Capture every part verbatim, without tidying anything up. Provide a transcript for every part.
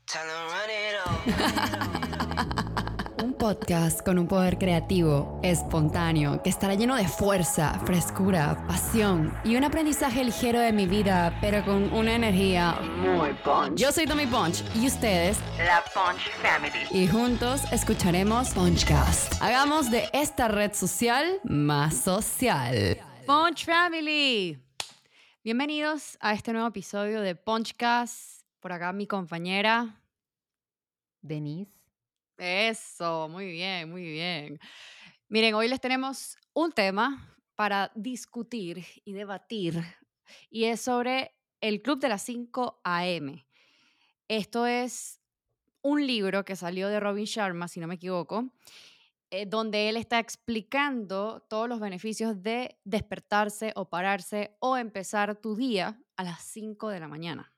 Un podcast con un poder creativo, espontáneo, que estará lleno de fuerza, frescura, pasión y un aprendizaje ligero de mi vida, pero con una energía muy punch. Yo soy Tommy Punch y ustedes, la Punch Family. Y juntos escucharemos Punchcast. Hagamos de esta red social más social. Punch Family. Bienvenidos a este nuevo episodio de Punchcast. Por acá mi compañera Denise. Eso, muy bien, muy bien. Miren, hoy les tenemos un tema para discutir y debatir y es sobre el Club de las cinco a eme. Esto es un libro que salió de Robin Sharma, si no me equivoco, eh, donde él está explicando todos los beneficios de despertarse o pararse o empezar tu día a las cinco de la mañana.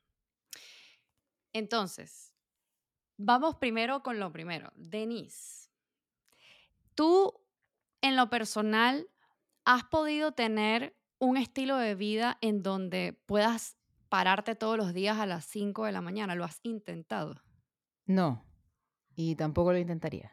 Entonces, vamos primero con lo primero. Denise, tú en lo personal has podido tener un estilo de vida en donde puedas pararte todos los días a las cinco de la mañana. ¿Lo has intentado? No, y tampoco lo intentaría.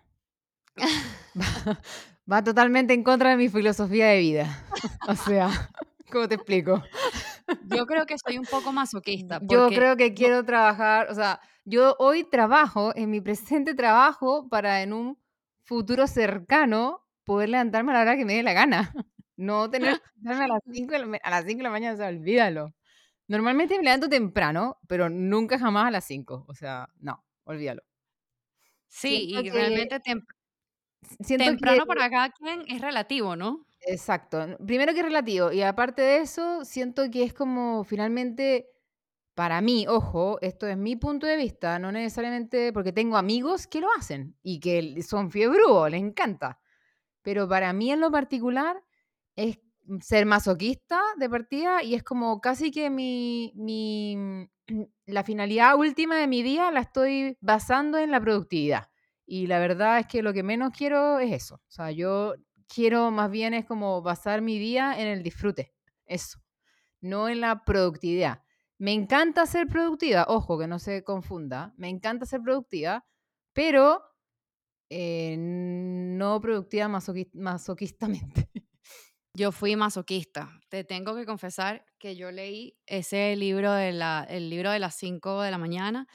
Va, va totalmente en contra de mi filosofía de vida. O sea, ¿cómo te explico? Yo creo que soy un poco masoquista. Yo Porque creo que yo- quiero trabajar, o sea, yo hoy trabajo, en mi presente trabajo, para en un futuro cercano poder levantarme a la hora que me dé la gana. No tener que levantarme a las cinco de la, ma- a las cinco de la mañana, o sea, olvídalo. Normalmente me levanto temprano, pero nunca jamás a las cinco. O sea, no, olvídalo. sí, Siento y que, realmente tem- siento que temprano para cada quien es relativo, ¿no? Exacto. n- Primero que es relativo y aparte de eso, siento que es como finalmente, para mí, ojo, esto es mi punto de vista, no necesariamente porque tengo amigos que lo hacen y que l- son fiebrúos, les encanta, pero para mí en lo particular es ser masoquista de partida y es como casi que mi, mi, la finalidad última de mi día la estoy basando en la productividad. Y la verdad es que lo que menos quiero es eso. O sea, yo quiero más bien es como basar mi día en el disfrute. Eso, no en la productividad. Me encanta ser productiva, ojo, que no se confunda. Me encanta ser productiva, pero eh, no productiva masoqui- masoquistamente. Yo fui masoquista. Te tengo que confesar que yo leí ese libro de la, el libro de las cinco de la mañana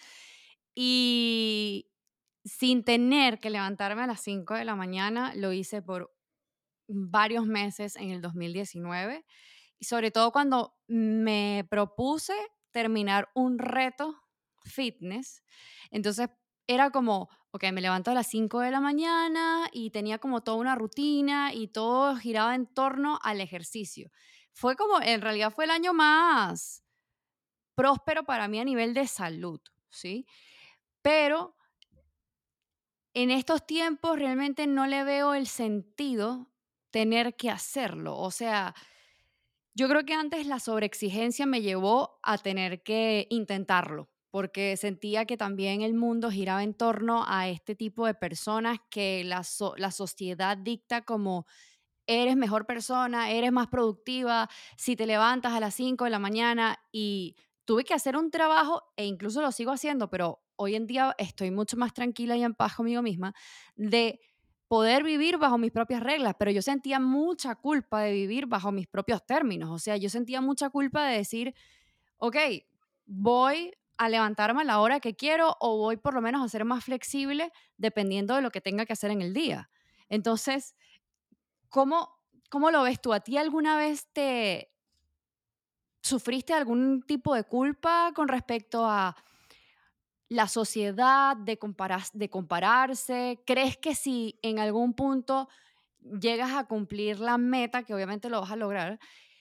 y sin tener que levantarme a las cinco de la mañana, lo hice por varios meses en el dos mil diecinueve y sobre todo cuando me propuse terminar un reto fitness. Entonces era como, ok, me levanto a las cinco de la mañana y tenía como toda una rutina y todo giraba en torno al ejercicio. Fue como, en realidad fue el año más próspero para mí a nivel de salud, ¿sí? Pero en estos tiempos realmente no le veo el sentido tener que hacerlo. O sea, yo creo que antes la sobreexigencia me llevó a tener que intentarlo, porque sentía que también el mundo giraba en torno a este tipo de personas que la, so- la sociedad dicta como eres mejor persona, eres más productiva, si te levantas a las cinco de la mañana y tuve que hacer un trabajo e incluso lo sigo haciendo, pero hoy en día estoy mucho más tranquila y en paz conmigo misma de poder vivir bajo mis propias reglas, pero yo sentía mucha culpa de vivir bajo mis propios términos, o sea, yo sentía mucha culpa de decir, ok, voy a levantarme a la hora que quiero o voy por lo menos a ser más flexible dependiendo de lo que tenga que hacer en el día. Entonces, ¿Cómo, cómo lo ves tú? ¿A ti alguna vez te sufriste algún tipo de culpa con respecto a la sociedad, de, comparas- de compararse? ¿Crees que si en algún punto llegas a cumplir la meta, que obviamente lo vas a lograr,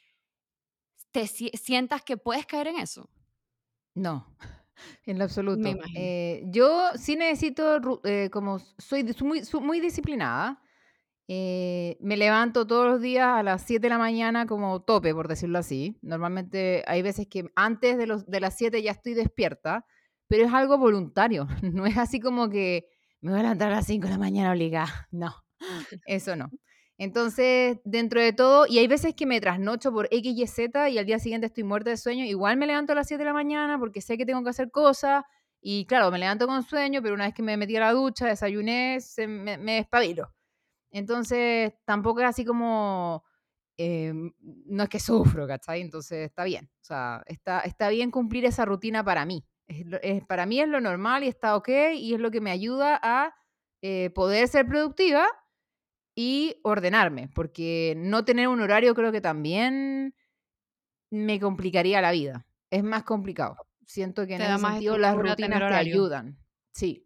te si- sientas que puedes caer en eso? No, en lo Me absoluto. imagino. Eh, yo sí necesito, ru- eh, como s- soy dis- muy, su- muy disciplinada, eh, me levanto todos los días a las siete de la mañana como tope, por decirlo así. Normalmente hay veces que antes de, los, de las siete ya estoy despierta, pero es algo voluntario. No es así como que me voy a levantar a las cinco de la mañana obligada. No, eso no. Entonces, dentro de todo, y hay veces que me trasnocho por X, Y, Z y al día siguiente estoy muerta de sueño, igual me levanto a las siete de la mañana porque sé que tengo que hacer cosas, Y claro, me levanto con sueño, pero una vez que me metí a la ducha, desayuné, se me, me despabilo. Entonces, tampoco es así como, eh, no es que sufro, ¿cachai? Entonces, está bien. O sea, está, está bien cumplir esa rutina para mí. Es lo- es- para mí es lo normal y está ok y es lo que me ayuda a eh, poder ser productiva y ordenarme, porque no tener un horario creo que también me complicaría la vida. Es más complicado. Siento que en Te da ese más sentido las estructura tener rutinas te horario. ayudan. Sí.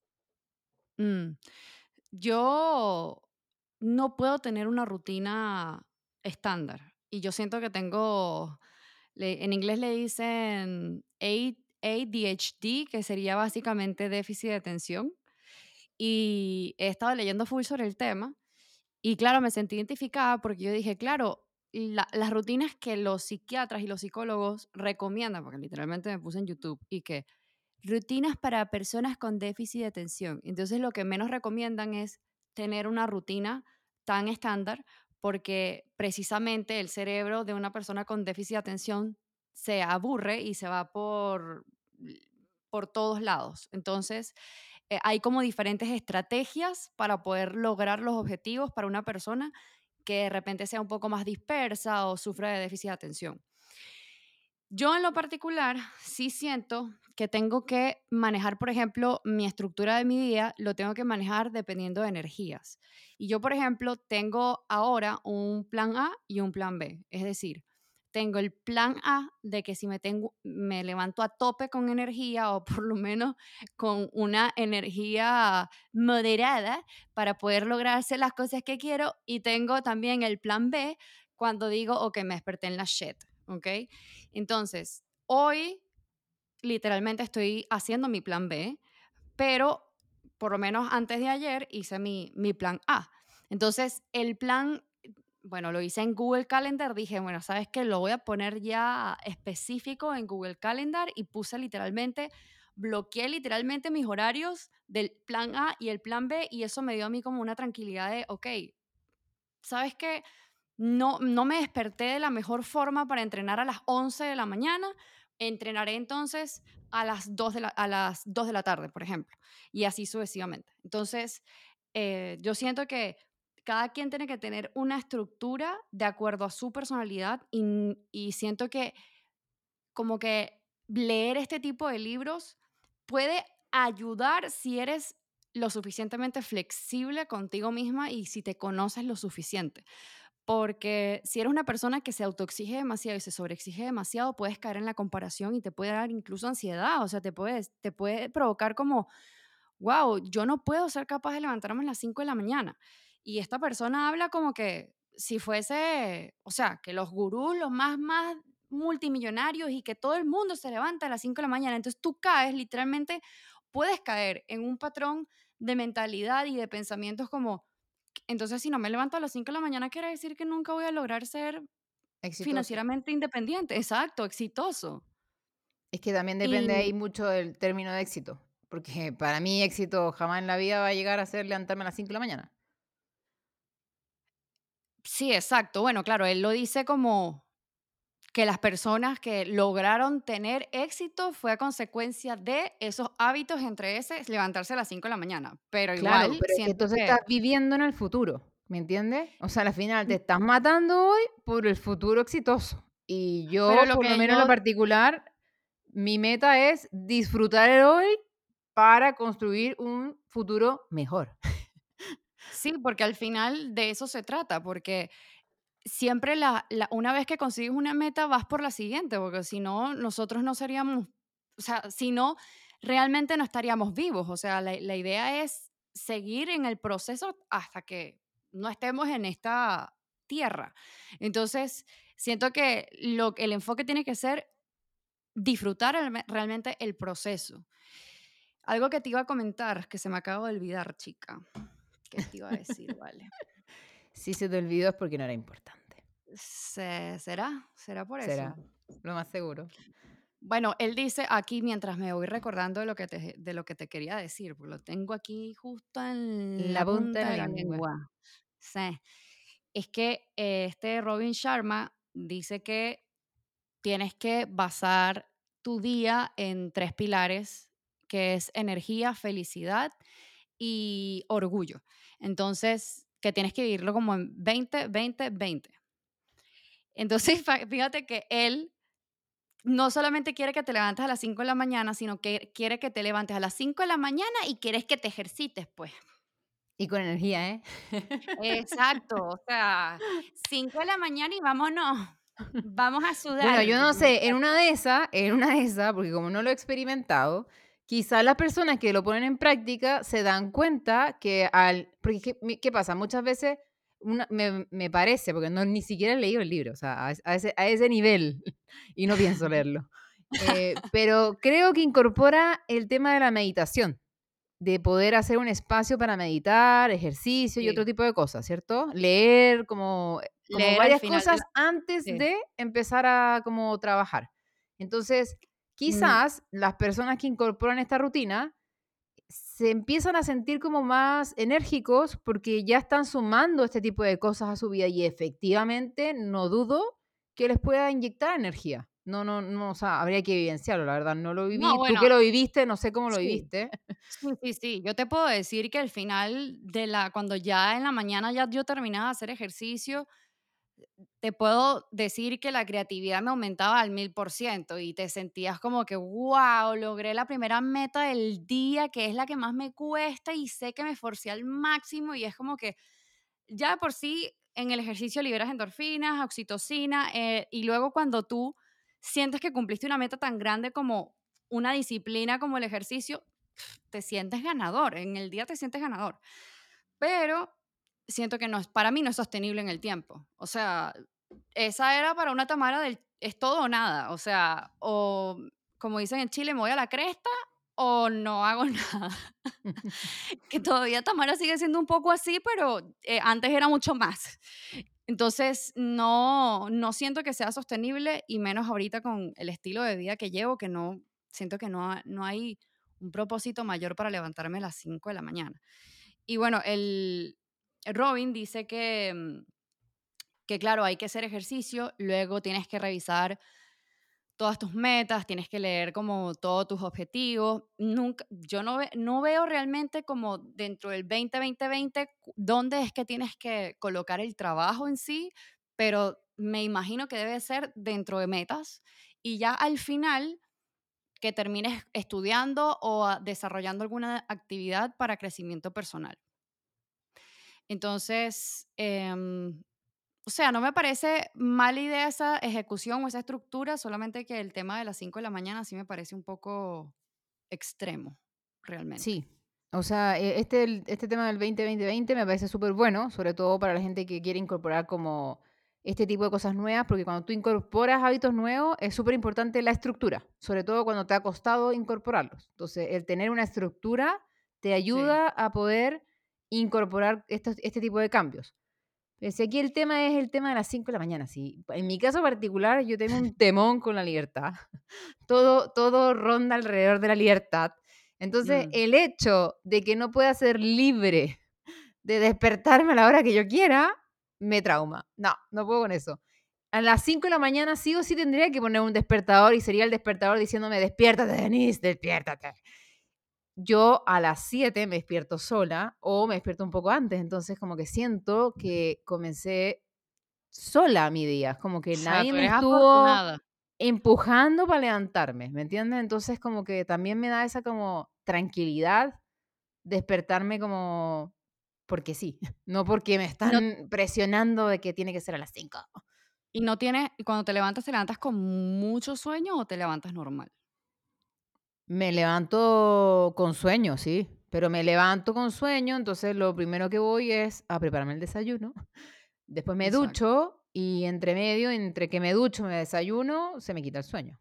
Mm. Yo no puedo tener una rutina estándar y yo siento que tengo, le- en inglés le dicen A- A D H D, que sería básicamente déficit de atención, y he estado leyendo full sobre el tema y claro, me sentí identificada porque yo dije, claro, la- las rutinas que los psiquiatras y los psicólogos recomiendan, porque literalmente me puse en YouTube y que rutinas para personas con déficit de atención. Entonces, lo que menos recomiendan es tener una rutina tan estándar porque precisamente el cerebro de una persona con déficit de atención se aburre y se va por, por todos lados. Entonces, eh, hay como diferentes estrategias para poder lograr los objetivos para una persona que de repente sea un poco más dispersa o sufra de déficit de atención. Yo en lo particular sí siento que tengo que manejar, por ejemplo, mi estructura de mi día, lo tengo que manejar dependiendo de energías. Y yo, por ejemplo, tengo ahora un plan A y un plan B. Es decir, tengo el plan A de que si me, tengo, me levanto a tope con energía o por lo menos con una energía moderada para poder lograrse las cosas que quiero. Y tengo también el plan B cuando digo, ok, me desperté en la shit, ¿ok? Entonces, hoy literalmente estoy haciendo mi plan B, pero por lo menos antes de ayer hice mi, mi plan A. Entonces, el plan, bueno, lo hice en Google Calendar, dije, bueno, ¿sabes qué? Lo voy a poner ya específico en Google Calendar y puse literalmente, bloqueé literalmente mis horarios del plan A y el plan B y eso me dio a mí como una tranquilidad de, ok, ¿sabes qué? No, no me desperté de la mejor forma para entrenar a las once de la mañana. Entrenaré entonces a las dos de la, a las dos de la tarde, por ejemplo, y así sucesivamente. Entonces, eh, yo siento que cada quien tiene que tener una estructura de acuerdo a su personalidad y, y siento que como que leer este tipo de libros puede ayudar si eres lo suficientemente flexible contigo misma y si te conoces lo suficiente. Porque si eres una persona que se autoexige demasiado y se sobreexige demasiado, puedes caer en la comparación y te puede dar incluso ansiedad. O sea, te, puedes, te puede provocar como, wow, yo no puedo ser capaz de levantarme a las cinco de la mañana. Y esta persona habla como que si fuese, o sea, que los gurús, los más, más multimillonarios y que todo el mundo se levanta a las cinco de la mañana. Entonces tú caes, literalmente, puedes caer en un patrón de mentalidad y de pensamientos como, entonces si no me levanto a las cinco de la mañana, quiere decir que nunca voy a lograr ser Exitoso. financieramente independiente. Exacto, exitoso. Es que también depende ahí Y mucho del término de éxito. Porque para mí éxito jamás en la vida va a llegar a ser levantarme a las cinco de la mañana. sí, exacto. Bueno, claro, él lo dice como que las personas que lograron tener éxito fue a consecuencia de esos hábitos, entre ese levantarse a las cinco de la mañana. Pero Claro, igual pero es que siento entonces que, estás viviendo en el futuro, ¿me entiendes? O sea, al final te estás matando hoy por el futuro exitoso. Y pero yo, lo por lo que menos en lo yo, particular, mi meta es disfrutar el hoy para construir un futuro mejor. sí, porque al final de eso se trata, porque siempre la, la- una vez que consigues una meta vas por la siguiente, porque si no, nosotros no seríamos, o sea, si no, realmente no estaríamos vivos. O sea, la, la idea es seguir en el proceso hasta que no estemos en esta tierra. Entonces, siento que lo, el enfoque tiene que ser disfrutar realme- realmente el proceso. Algo que te iba a comentar, que se me acaba de olvidar, chica. ¿Qué te iba a decir? Vale. Si se te olvidó es porque no era importante. Se- ¿Será? ¿Será por eso? Será, lo más seguro. Bueno, él dice aquí, mientras me voy recordando de lo que te, de lo que te quería decir, pues lo tengo aquí justo en La la punta de punta la de la lengua. lengua. Sí. Es que eh, este Robin Sharma dice que tienes que basar tu día en tres pilares, que es energía, felicidad y orgullo. Entonces, que tienes que vivirlo como en veinte, veinte, veinte. Entonces, fa- fíjate que él no solamente quiere que te levantes a las cinco de la mañana, sino que quiere que te levantes a las cinco de la mañana y quieres que te ejercites, pues. Y con energía, ¿eh? Exacto, o sea, cinco de la mañana y vámonos, vamos a Bueno, sudar. yo no sé, en una de esas, en una de esas, porque como no lo he experimentado, quizás las personas que lo ponen en práctica se dan cuenta que al... Porque, ¿qué, mi- qué pasa? Muchas veces una- me, me parece, porque no ni siquiera he leído el libro, o sea, a, es- a ese, a ese nivel, y no pienso leerlo. Eh, pero creo que incorpora el tema de la meditación, de poder hacer un espacio para meditar, ejercicio y otro Sí, tipo de cosas, ¿cierto? Leer como, como leer al varias final de cosas la antes sí. de empezar a como trabajar. Entonces, Mm, quizás las personas que incorporan esta rutina se empiezan a sentir como más enérgicos porque ya están sumando este tipo de cosas a su vida y efectivamente no dudo que les pueda inyectar energía. No, no, no, o sea, habría que vivenciarlo, la verdad, no lo no, viví. Tú bueno, que lo viviste, no sé cómo lo sí. viviste. Sí, sí, sí. Yo te puedo decir que al final de la cuando ya en la mañana ya yo terminaba de hacer ejercicio, te puedo decir que la creatividad me aumentaba al mil por ciento y te sentías como que, wow, logré la primera meta del día, que es la que más me cuesta y sé que me esforcé al máximo y es como que ya de por sí en el ejercicio liberas endorfinas, oxitocina, eh, y luego cuando tú sientes que cumpliste una meta tan grande como una disciplina como el ejercicio, te sientes ganador, en el día te sientes ganador. Pero siento que no es, para mí no es sostenible en el tiempo. O sea, esa era para una Tamara del es todo o nada. O sea, o como dicen en Chile, me voy a la cresta o no hago nada. Que todavía Tamara sigue siendo un poco así, pero eh, antes era mucho más. Entonces, no, no siento que sea sostenible y menos ahorita con el estilo de vida que llevo, que no, siento que no, ha- no hay un propósito mayor para levantarme a las cinco de la mañana. Y bueno, el Robin dice que, mm, que claro, hay que hacer ejercicio, luego tienes que revisar todas tus metas, tienes que leer como todos tus objetivos. Nunca, yo no, ve- no veo realmente como dentro del veinte veinte veinte cu- dónde es que tienes que colocar el trabajo en sí, pero me imagino que debe ser dentro de metas y ya al final que termines estudiando o ah, desarrollando alguna actividad para crecimiento personal. Entonces, em, o sea, no me parece mala idea esa ejecución o esa estructura, solamente que el tema de las cinco de la mañana sí me parece un poco extremo, realmente. Sí, o sea, e- este, el- este tema del veinte veinte veinte me parece súper bueno, sobre todo para la gente que quiere incorporar como este tipo de cosas nuevas, porque cuando tú incorporas hábitos nuevos es súper importante la estructura, sobre todo cuando te ha costado incorporarlos. Entonces, el tener una estructura te Sí. ayuda a poder incorporar estos, este tipo de cambios. Pero si aquí el tema es el tema de las cinco de la mañana, sí. En mi caso particular, yo tengo un temón con la libertad. Todo, todo ronda alrededor de la libertad. Entonces, Mm. el hecho de que no pueda ser libre de despertarme a la hora que yo quiera, me trauma. No, no puedo con eso. A las cinco de la mañana sí o sí tendría que poner un despertador y sería el despertador diciéndome, despiértate, Denise, despiértate. Yo a las siete me despierto sola o me despierto un poco antes, entonces como que siento que comencé sola mi día, es como O que sea, nadie tú me eres estuvo afortunada. empujando para levantarme, ¿me entiendes? Entonces, como que también me da esa como tranquilidad despertarme como porque sí, no porque me Y no, están presionando de que tiene que ser a las cinco. y no tienes, y cuando te levantas, ¿te levantas con mucho sueño o te levantas normal? Me levanto con sueño, sí, pero me levanto con sueño, entonces lo primero que voy es a prepararme el desayuno, después me Exacto. ducho y entre medio, entre que me ducho y me desayuno, se me quita el sueño.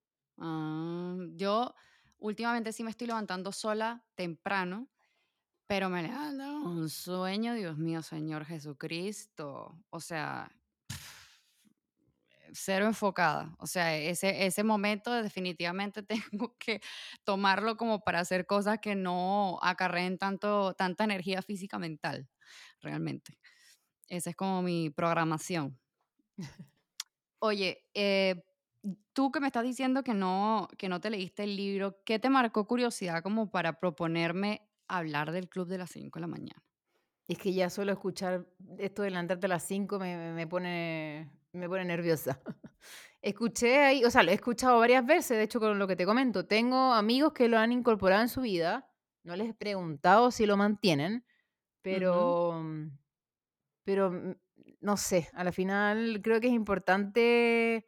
Ah, yo últimamente sí me estoy levantando sola temprano, pero me levanto con un sueño, Dios mío, Señor Jesucristo. O sea, cero enfocada. O sea, ese, ese momento definitivamente tengo que tomarlo como para hacer cosas que no acarreen tanto, tanta energía física mental, realmente. Esa es como mi programación. Oye, eh, Tú que me estás diciendo que no, que no te leíste el libro, ¿qué te marcó curiosidad como para proponerme hablar del Club de las cinco de la mañana? Es que ya solo escuchar esto de levantarte a las cinco me, me- me pone, me pone nerviosa. Escuché ahí, o sea, lo he escuchado varias veces, de hecho, con lo que te comento. Tengo amigos que lo han incorporado en su vida. No les he preguntado si lo mantienen, Ujú. pero, mm, pero mm, no sé, a la final creo que es importante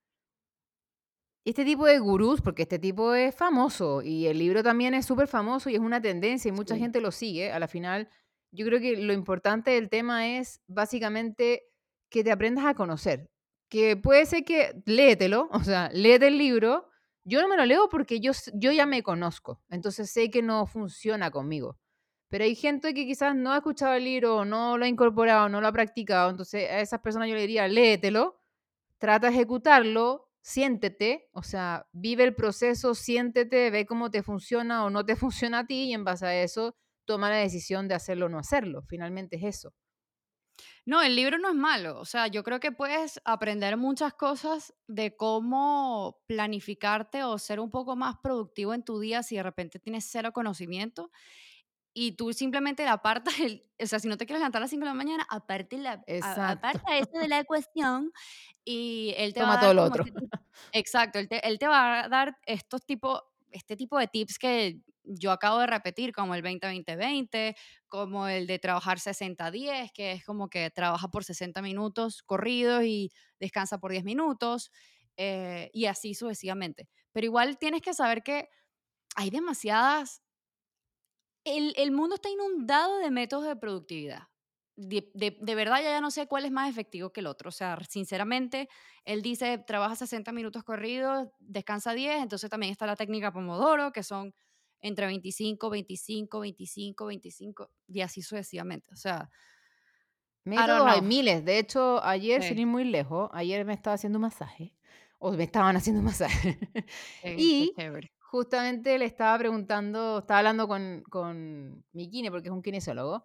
este tipo de gurús, porque este tipo es famoso y el libro también es súper famoso y es una tendencia y mucha Sí. gente lo sigue. A la final, yo creo que lo importante del tema es básicamente que te aprendas a conocer. Que puede ser que léetelo, o sea, léete el libro. Yo no me lo leo porque yo, s- yo ya me conozco, entonces sé que no funciona conmigo. Pero hay gente que quizás no ha escuchado el libro, o no lo ha incorporado, no lo ha practicado, entonces a esas personas yo le diría, léetelo, trata de ejecutarlo, siéntete, o sea, vive el proceso, siéntete, ve cómo te funciona o no te funciona a ti y en base a eso toma la decisión de hacerlo o no hacerlo. Finalmente es eso. No, el libro no es malo. O sea, yo creo que puedes aprender muchas cosas de cómo planificarte o ser un poco más productivo en tu día si de repente tienes cero conocimiento y tú simplemente le apartas el, o sea, si no te quieres levantar a las cinco de la mañana, aparte la, a- Exacto. aparta eso de la ecuación y él te va Toma a todo dar lo como otro. este tipo, exacto, él te, él te va a dar estos tipo, este tipo de tips que yo acabo de repetir, como el veinte veinte veinte, como el de trabajar sesenta diez, que es como que trabaja por sesenta minutos corridos y descansa por diez minutos, eh, y así sucesivamente. Pero igual tienes que saber que hay demasiadas el, el mundo está inundado de métodos de productividad. De, de- de verdad, ya, ya no sé cuál es más efectivo que el otro. O sea, sinceramente, él dice, trabaja sesenta minutos corridos, descansa diez. Entonces también está la técnica Pomodoro, que son entre veinticinco, veinticinco, veinticinco, veinticinco, y así sucesivamente. O sea, I don't Métodos hay know. miles. De hecho, ayer, sin Sí, ir muy lejos, ayer me estaba haciendo un masaje, o me estaban haciendo un masaje. sí, qué Y chévere. justamente le estaba preguntando, estaba hablando con, con mi kine, porque es un kinesiólogo.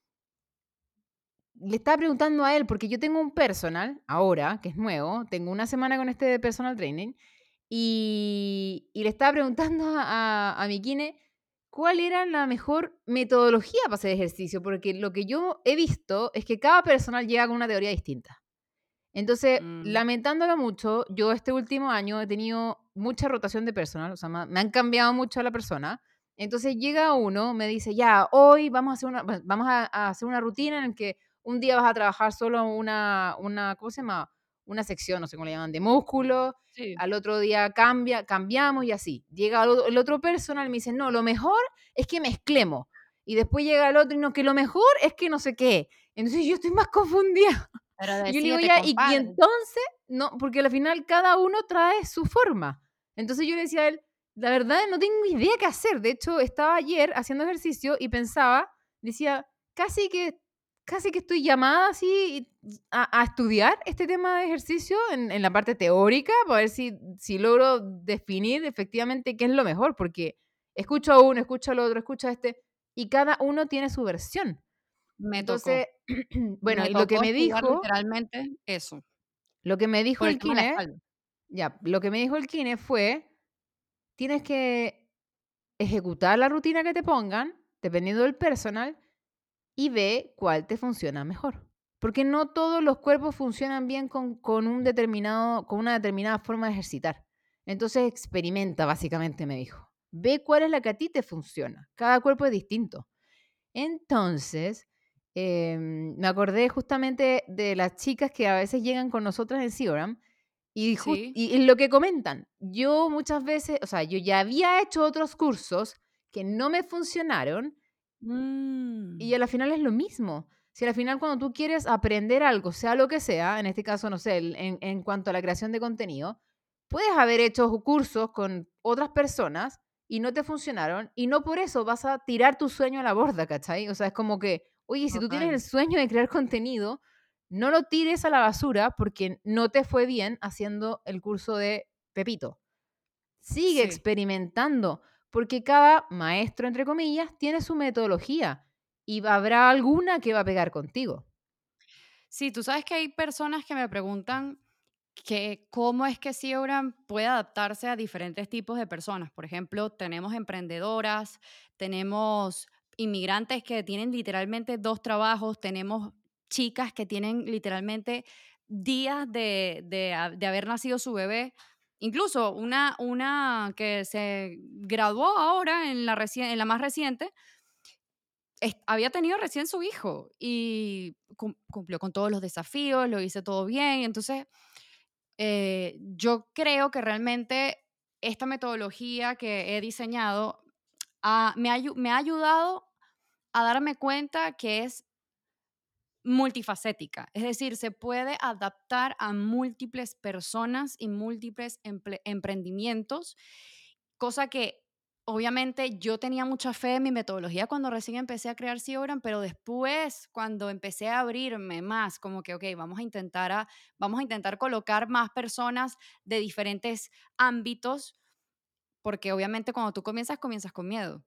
Le estaba preguntando a él, porque yo tengo un personal ahora, que es nuevo, tengo una semana con este personal training, y, y le estaba preguntando a, a, a mi kine cuál era la mejor metodología para hacer ejercicio, porque lo que yo he visto es que cada personal llega con una teoría distinta. Entonces, Mm, lamentándolo mucho, yo este último año he tenido mucha rotación de personal, o sea, ma- me han cambiado mucho a la persona. Entonces llega uno, me dice, ya, hoy vamos a hacer una, va- vamos a, a hacer una rutina en la que un día vas a trabajar solo una, una, ¿cómo se llama? Una sección, no sé cómo le llaman, de músculo. sí, Al otro día cambia, cambiamos y así. Llega el otro el otro personal y me dice, no, lo mejor es que mezclemos. Y después llega el otro y no, que lo mejor es que no sé qué. Entonces yo estoy más confundida. pero Y yo le digo, decídete, ya, y, y compadre. entonces, no, porque al final cada uno trae su forma. Entonces yo le decía a él, la verdad no tengo idea qué hacer. De hecho, estaba ayer haciendo ejercicio y pensaba, decía, casi que, casi que estoy llamada así a, a estudiar este tema de ejercicio en, en la parte teórica para ver si, si logro definir efectivamente qué es lo mejor, porque escucho a uno, escucho al otro, escucho a este, y cada uno tiene su versión. Me Entonces, tocó. bueno, Me y lo que tocó me estudiar dijo literalmente eso, lo que me dijo por el el tema de la kine, espalda. ya, lo que me dijo el kine fue, tienes que ejecutar la rutina que te pongan, dependiendo del personal, y ve cuál te funciona mejor. Porque no todos los cuerpos funcionan bien con, con un determinado, con una determinada forma de ejercitar. Entonces experimenta, básicamente me dijo. Ve cuál es la que a ti te funciona. Cada cuerpo es distinto. Entonces, em, me acordé justamente de las chicas que a veces llegan con nosotras en Seagram y, jus- Sí. y, y lo que comentan, yo muchas veces, o sea, yo ya había hecho otros cursos que no me funcionaron y Mm, a la final es lo mismo. Si a la final cuando tú quieres aprender algo, sea lo que sea, en este caso, no sé, el- en, en cuanto a la creación de contenido, puedes haber hecho cursos con otras personas y no te funcionaron y no por eso vas a tirar tu sueño a la borda, ¿cachai? O sea, es como que, oye, si tú tienes el total. sueño de crear contenido, no lo tires a la basura porque no te fue bien haciendo el curso de Pepito. Sigue Sí. experimentando, porque cada maestro, entre comillas, tiene su metodología y habrá alguna que va a pegar contigo. Sí, tú sabes que hay personas que me preguntan que cómo es que Instagram puede adaptarse a diferentes tipos de personas. Por ejemplo, tenemos emprendedoras, tenemos inmigrantes que tienen literalmente dos trabajos, tenemos chicas que tienen literalmente días de, de ha- de haber nacido su bebé. Incluso una, una que se graduó ahora en la, reci- en la más reciente, es- había tenido recién su hijo y cum- cumplió con todos los desafíos, lo hice todo bien. Entonces, eh, yo creo que realmente esta metodología que he diseñado ah, me, ha, ayu- me ha ayudado a darme cuenta que es multifacética, es decir, se puede adaptar a múltiples personas y múltiples emple- emprendimientos, cosa que obviamente yo tenía mucha fe en mi metodología cuando recién empecé a crear Ciogram, pero después cuando empecé a abrirme más, como que, ok, vamos a intentar, a, vamos a intentar colocar más personas de diferentes ámbitos, porque obviamente cuando tú comienzas, comienzas con miedo.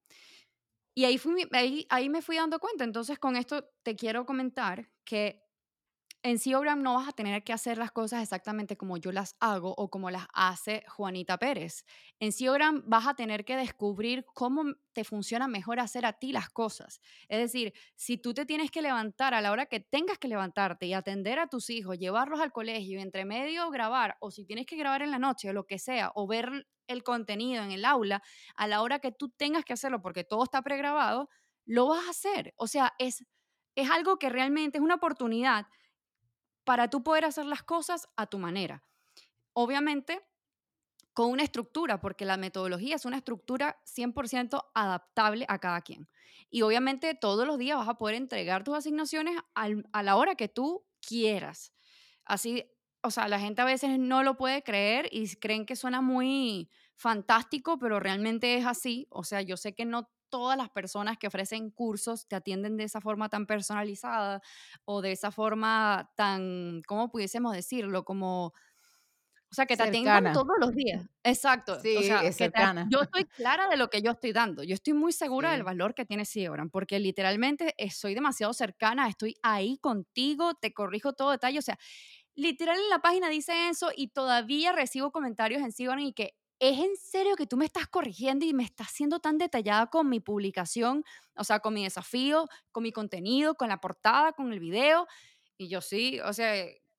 Y ahí, fui, mi- ahí, ahí me fui dando cuenta. Entonces, con esto te quiero comentar que en Ciogram no vas a tener que hacer las cosas exactamente como yo las hago o como las hace Juanita Pérez. En Ciogram vas a tener que descubrir cómo te funciona mejor hacer a ti las cosas. Es decir, si tú te tienes que levantar a la hora que tengas que levantarte y atender a tus hijos, llevarlos al colegio y entre medio grabar, o si tienes que grabar en la noche o lo que sea, o ver el contenido en el aula a la hora que tú tengas que hacerlo porque todo está pregrabado, lo vas a hacer. O sea, es, es algo que realmente es una oportunidad para tú poder hacer las cosas a tu manera. Obviamente, con una estructura, porque la metodología es una estructura cien por ciento adaptable a cada quien. Y obviamente todos los días vas a poder entregar tus asignaciones al- a la hora que tú quieras. Así, o sea, la gente a veces no lo puede creer y creen que suena muy fantástico, pero realmente es así. O sea, yo sé que no todas las personas que ofrecen cursos te atienden de esa forma tan personalizada o de esa forma tan, ¿cómo pudiésemos decirlo? Como, o sea, que te atiendan Cercana. todos los días. Exacto. O Sí, sea, es que te, cercana. yo estoy clara de lo que yo estoy dando. Yo estoy muy segura del Sí. valor que tiene Ciogram, porque literalmente eh, soy demasiado cercana, estoy ahí contigo, te corrijo todo detalle. O sea, literal en la página dice eso y todavía recibo comentarios en Ciogram y que es en serio que tú me estás corrigiendo y me estás siendo tan detallada con mi publicación, o sea, con mi desafío, con mi contenido, con la portada, con el video. Y yo sí, o sea,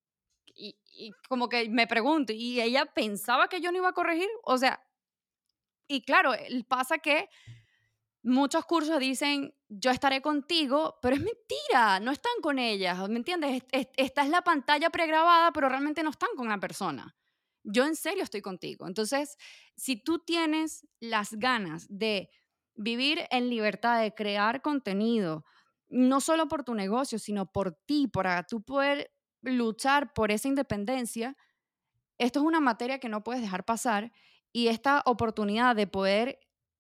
y, y como que me pregunto, ¿y ella pensaba que yo no iba a corregir? O sea, y claro, el- pasa que muchos cursos dicen, yo estaré contigo, pero es mentira, no están con ellas, ¿me entiendes? Es- es- Esta es la pantalla pregrabada, pero realmente no están con la persona. Yo en serio estoy contigo. Entonces, si tú tienes las ganas de vivir en libertad, de crear contenido, no solo por tu negocio, sino por ti, para tú poder luchar por esa independencia, esto es una materia que no puedes dejar pasar y esta oportunidad de poder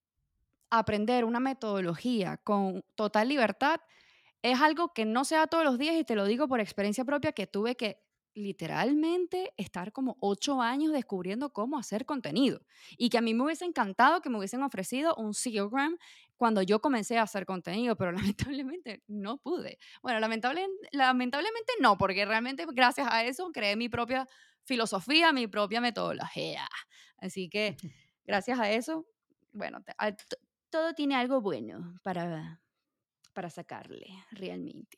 aprender una metodología con total libertad es algo que no se da todos los días y te lo digo por experiencia propia que tuve que literalmente estar como ocho años descubriendo cómo hacer contenido y que a mí me hubiese encantado que me hubiesen ofrecido un Ciogram cuando yo comencé a hacer contenido, pero lamentablemente no pude. Bueno, lamentable, lamentablemente no, porque realmente gracias a eso creé mi propia filosofía, mi propia metodología. Así que gracias a eso, bueno, te- a- t- todo tiene algo bueno para, para sacarle realmente.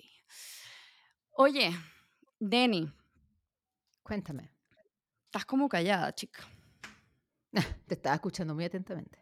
Oye, Denny, Cuéntame. estás como callada, chica. Te estaba escuchando muy atentamente.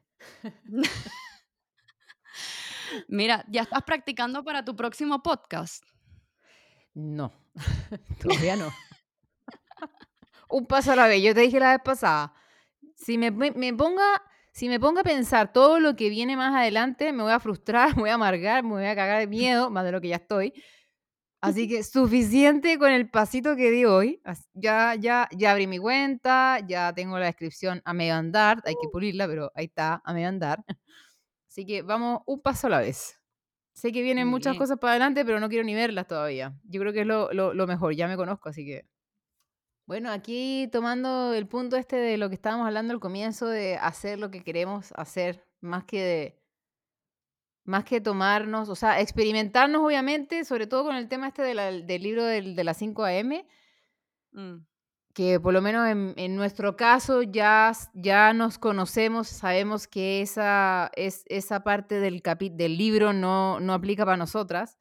Mira, ¿ya estás practicando para tu próximo podcast? No, todavía no. Un paso a la vez. Yo te dije la vez pasada. Si me, me- me ponga, si me ponga a pensar todo lo que viene más adelante, me voy a frustrar, me voy a amargar, me voy a cagar de miedo, más de lo que ya estoy. Así que suficiente con el pasito que di hoy. As- Ya, ya, ya abrí mi cuenta, ya tengo la descripción a medio andar. Hay que pulirla, pero ahí está, a medio andar. Así que vamos un paso a la vez. Sé que vienen Muy muchas bien. cosas para adelante, pero no quiero ni verlas todavía. Yo creo que es lo, lo, lo mejor, ya me conozco, así que... Bueno, aquí tomando el punto este de lo que estábamos hablando al comienzo, de hacer lo que queremos hacer, más que de, más que tomarnos, o sea, experimentarnos obviamente, sobre todo con el tema este de la- del libro del- de las cinco a eme, Mm, que por lo menos en, en nuestro caso ya, ya nos conocemos, sabemos que esa, es, esa parte del, capi- del libro no, no aplica para nosotras.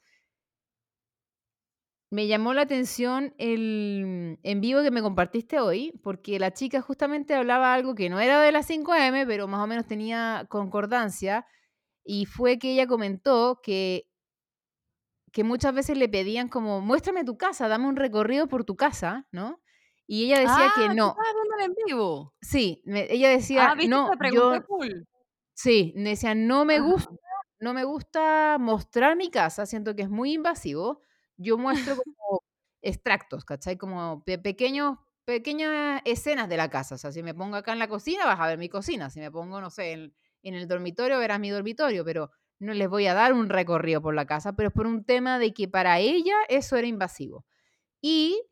Me llamó la atención el en vivo que me compartiste hoy, porque la chica justamente hablaba algo que no era de las cinco eme, pero más o menos tenía concordancia, y fue que ella comentó que, que muchas veces le pedían como, muéstrame tu casa, dame un recorrido por tu casa, ¿no? Y ella decía que Ah, ¿tú no. estabas viendo el en vivo? Sí, me- ella decía, Ah, ¿viste que no, te pregunté yo, full? sí, me decía, no me gusta, Ajá. no me gusta mostrar mi casa, siento que es muy invasivo. Yo muestro como extractos, ¿cachai? Como pe- pequeños, pequeñas escenas de la casa. O sea, si me pongo acá en la cocina, vas a ver mi cocina. Si me pongo, no sé, en, en el dormitorio, verás mi dormitorio, pero no les voy a dar un recorrido por la casa, pero es por un tema de que para ella eso era invasivo. Y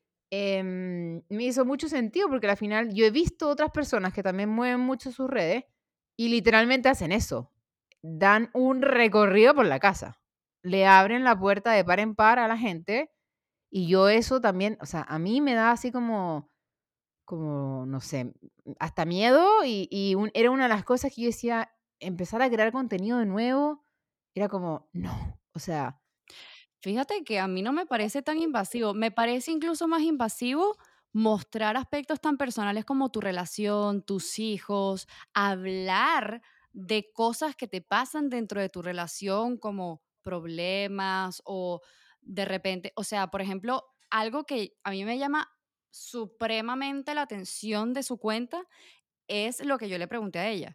em, me hizo mucho sentido porque al final yo he visto otras personas que también mueven mucho sus redes y literalmente hacen eso. Dan un recorrido por la casa. Le abren la puerta de par en par a la gente y yo eso también, o sea, a mí me da así como, como no sé, hasta miedo y, y un- era una de las cosas que yo decía, empezar a crear contenido de nuevo, era como, no, o sea, Fíjate que a mí no me parece tan invasivo, me parece incluso más invasivo mostrar aspectos tan personales como tu relación, tus hijos, hablar de cosas que te pasan dentro de tu relación como problemas o de repente, o sea, por ejemplo, algo que a mí me llama supremamente la atención de su cuenta es lo que yo le pregunté a ella.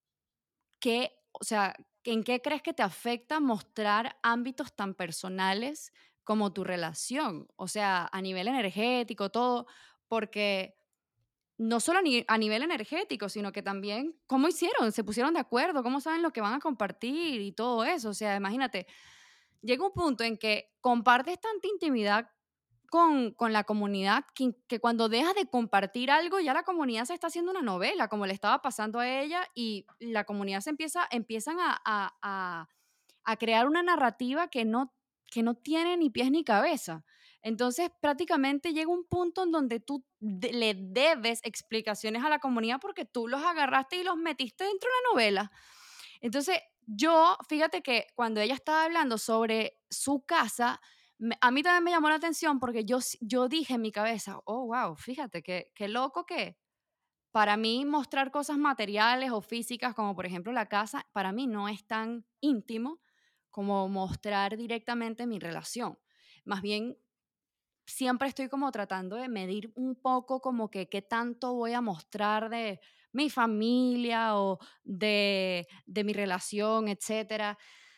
¿Qué, o sea, en qué crees que te afecta mostrar ámbitos tan personales como tu relación? O sea, a nivel energético, todo, porque no solo a, ni- a nivel energético, sino que también cómo hicieron, se pusieron de acuerdo, cómo saben lo que van a compartir y todo eso. O sea, imagínate, llega un punto en que compartes tanta intimidad con, con la comunidad que, que cuando dejas de compartir algo, ya la comunidad se está haciendo una novela, como le estaba pasando a ella, y la comunidad se empieza, empiezan a, a- a- a crear una narrativa que no, que no tiene ni pies ni cabeza. Entonces, prácticamente llega un punto en donde tú de- le debes explicaciones a la comunidad porque tú los agarraste y los metiste dentro de una novela. Entonces, yo, fíjate que cuando ella estaba hablando sobre su casa, me- a mí también me llamó la atención porque yo, s- yo dije en mi cabeza, oh, wow, fíjate qué, qué loco que para mí mostrar cosas materiales o físicas, como por ejemplo la casa, para mí no es tan íntimo como mostrar directamente mi relación. Más bien, siempre estoy como tratando de medir un poco como que qué tanto voy a mostrar de mi familia o de, de mi relación, etcétera.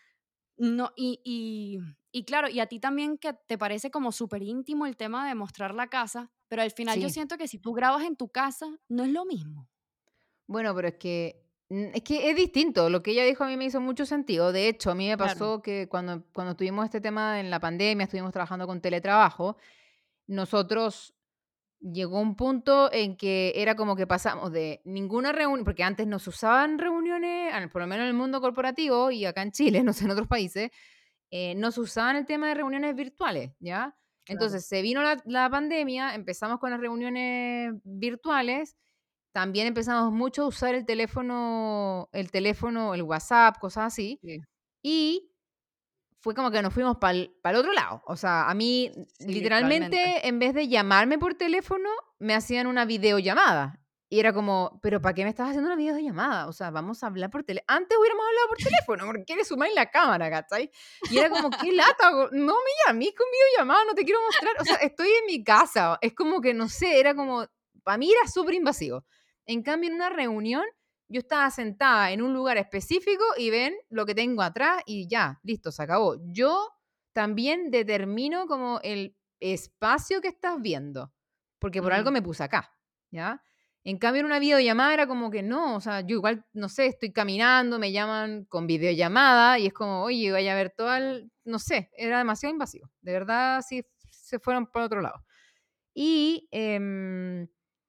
No, y, y, y claro, y a ti también que te parece como súper íntimo el tema de mostrar la casa, pero al final yo sí. siento que si tú grabas en tu casa, no es lo mismo. Bueno, pero es que, mm, es que es distinto. Lo que ella dijo a mí me hizo mucho sentido. De hecho, a mí me Claro, pasó que cuando, cuando tuvimos este tema en la pandemia, estuvimos trabajando con teletrabajo, nosotros llegó un punto en que era como que pasamos de ninguna reunión, porque antes no se usaban reuniones, al- por lo menos en el mundo corporativo y acá en Chile, no sé, en otros países, eh, no se usaban el tema de reuniones virtuales, ¿ya? claro. Entonces se vino la, la pandemia, empezamos con las reuniones virtuales, también empezamos mucho a usar el teléfono, el teléfono, el WhatsApp, cosas así, Sí, y fue como que nos fuimos para el otro lado. O sea, a mí, sí, literalmente. literalmente, en vez de llamarme por teléfono, me hacían una videollamada. Y era como, ¿pero para qué me estás haciendo una videollamada? O sea, vamos a hablar por teléfono. Antes hubiéramos hablado por teléfono, ¿por qué le sumáis la cámara, cachai? Y era como, qué lata, go- no me llamís con videollamada, no te quiero mostrar. O sea, estoy en mi casa. Es como que, no sé, era como, para mí era súper invasivo. En cambio, en una reunión, yo estaba sentada en un lugar específico y ven lo que tengo atrás y ya, listo, se acabó. Yo también determino como el espacio que estás viendo, porque por algo Mm, me puse acá, ¿ya? En cambio, en una videollamada era como que no, o sea, yo igual, no sé, estoy caminando, me llaman con videollamada y es como, oye, vaya a ver todo el, no sé, era demasiado invasivo. De verdad, sí, se fueron por otro lado. Y, em,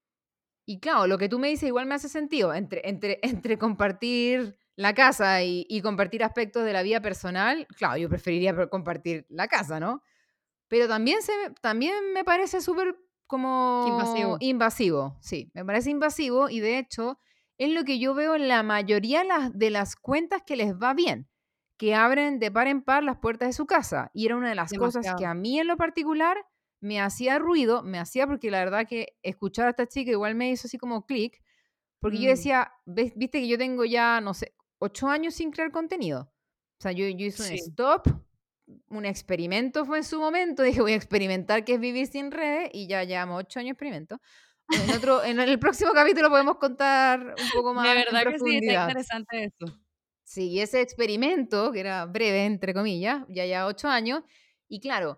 y claro, lo que tú me dices igual me hace sentido entre, entre, entre compartir la casa y, y compartir aspectos de la vida personal. Claro, yo preferiría pre- compartir la casa, ¿no? Pero también, se, me- también me parece súper como Invasivo. invasivo, sí, me parece invasivo y de hecho es lo que yo veo en la mayoría de las, de las cuentas que les va bien, que abren de par en par las puertas de su casa y era una de las cosas que Demasiado. a mí en lo particular me hacía ruido, me hacía porque la verdad que escuchar a esta chica igual me hizo así como clic, porque yo Mm, decía, "Ves- viste que yo tengo ya, no sé, ocho años sin crear contenido. O sea, yo, yo hice un sí, stop, un experimento fue en su momento, dije, voy a experimentar qué es vivir sin redes y ya llevamos ocho años de experimento. En otro, en el próximo capítulo podemos contar un poco de más en verdad que sí, está profundidad. interesante eso. Sí, y ese experimento, que era breve, entre comillas, ya ya ocho años, y claro,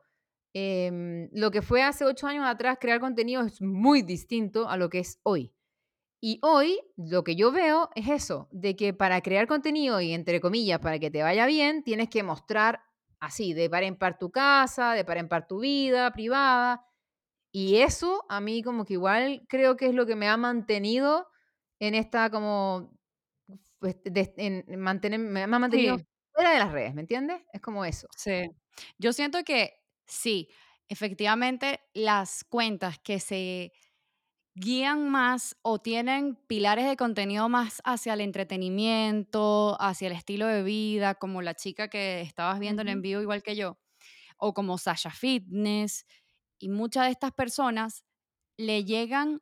em, lo que fue hace ocho años atrás crear contenido es muy distinto a lo que es hoy. Y hoy lo que yo veo es eso, de que para crear contenido y entre comillas, para que te vaya bien, tienes que mostrar así, de par en par tu casa, de par en par tu vida privada. Y eso a mí como que igual creo que es lo que me ha mantenido en esta como, pues, de- en, en mantener, me me ha mantenido Sí, fuera de las redes, ¿me entiendes? Es como eso. sí. Yo siento que sí, efectivamente, las cuentas que se guían más o tienen pilares de contenido más hacia el entretenimiento, hacia el estilo de vida, como la chica que estabas viendo en Ujú, vivo igual que yo, o como Sasha Fitness, y muchas de estas personas le llegan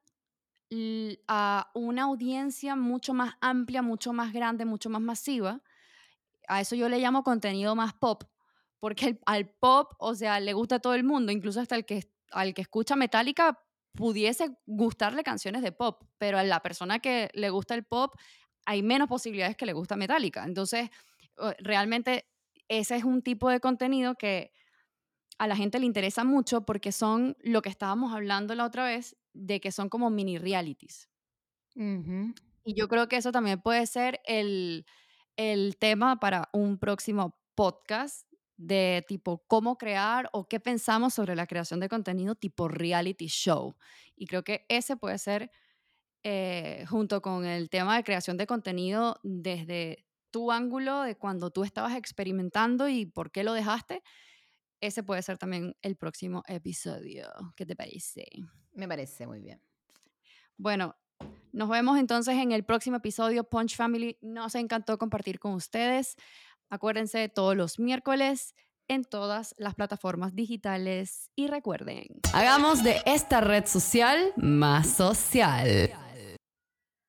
l- a una audiencia mucho más amplia, mucho más grande, mucho más masiva. A eso yo le llamo contenido más pop, porque el- al pop, o sea, le gusta a todo el mundo, incluso hasta el que, al que escucha Metallica pudiese gustarle canciones de pop, pero a la persona que le gusta el pop hay menos posibilidades que le gusta Metallica. Entonces, eh, realmente ese es un tipo de contenido que a la gente le interesa mucho porque son lo que estábamos hablando la otra vez, de que son como mini realities. ujú. Y yo creo que eso también puede ser el, el tema para un próximo podcast de tipo cómo crear o qué pensamos sobre la creación de contenido tipo reality show. Y creo que ese puede ser, eh, junto con el tema de creación de contenido desde tu ángulo de cuando tú estabas experimentando y por qué lo dejaste, ese puede ser también el próximo episodio. ¿Qué te parece? Me parece muy bien. Bueno, nos vemos entonces en el próximo episodio. Punch Family, nos encantó compartir con ustedes. Acuérdense todos los miércoles en todas las plataformas digitales y recuerden, Hagamos de esta red social más social.